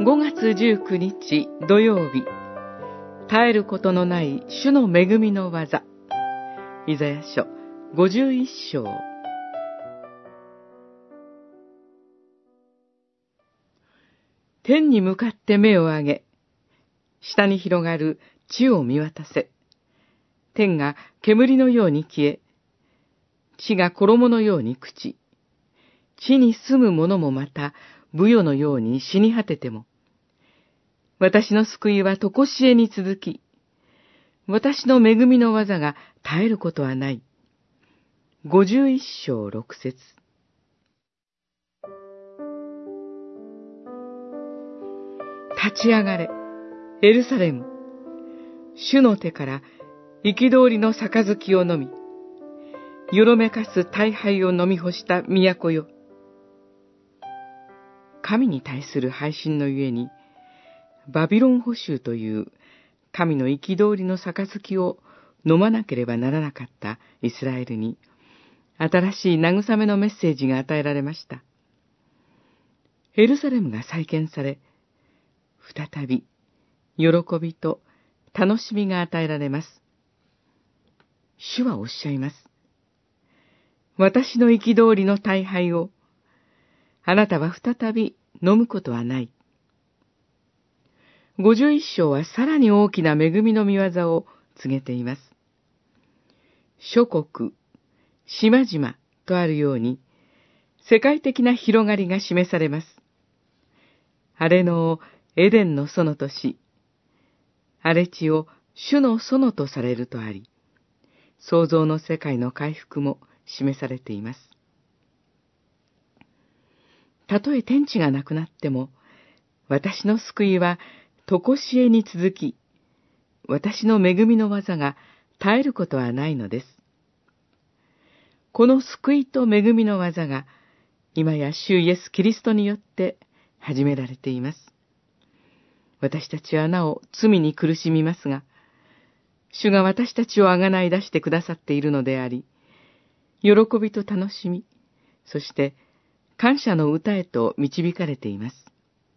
5月19日土曜日、絶えることのない主の恵みの技。イザヤ書51章。天に向かって目を上げ、下に広がる地を見渡せ。天が煙のように消え、地が衣のように朽ち、地に住む者もまた、ブヨのように死に果てても、私の救いはとこしえに続き、私の恵みの技が絶えることはない。51章6節。立ち上がれ、エルサレム。主の手から憤りの杯を飲み、よろめかす大杯を飲み干した都よ。神に対する背信のゆえに、バビロン捕囚という神の憤りの杯を飲まなければならなかったイスラエルに、新しい慰めのメッセージが与えられました。エルサレムが再建され、再び喜びと楽しみが与えられます。主はおっしゃいます。私の憤りの大杯を、あなたは再び飲むことはない。51章はさらに大きな恵みの御業を告げています。諸国、島々とあるように、世界的な広がりが示されます。荒れ野をエデンの園とし、荒れ地を主の園とされるとあり、創造の世界の回復も示されています。たとえ天地がなくなっても、私の救いはとこしえに続き、私の恵みの技が絶えることはないのです。この救いと恵みの技が、今や主イエス・キリストによって始められています。私たちはなお罪に苦しみますが、主が私たちをあがない出してくださっているのであり、喜びと楽しみ、そして感謝の歌へと導かれています。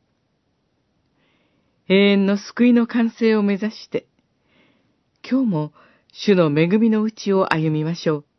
永遠の救いの完成を目指して、今日も主の恵みのうちを歩みましょう。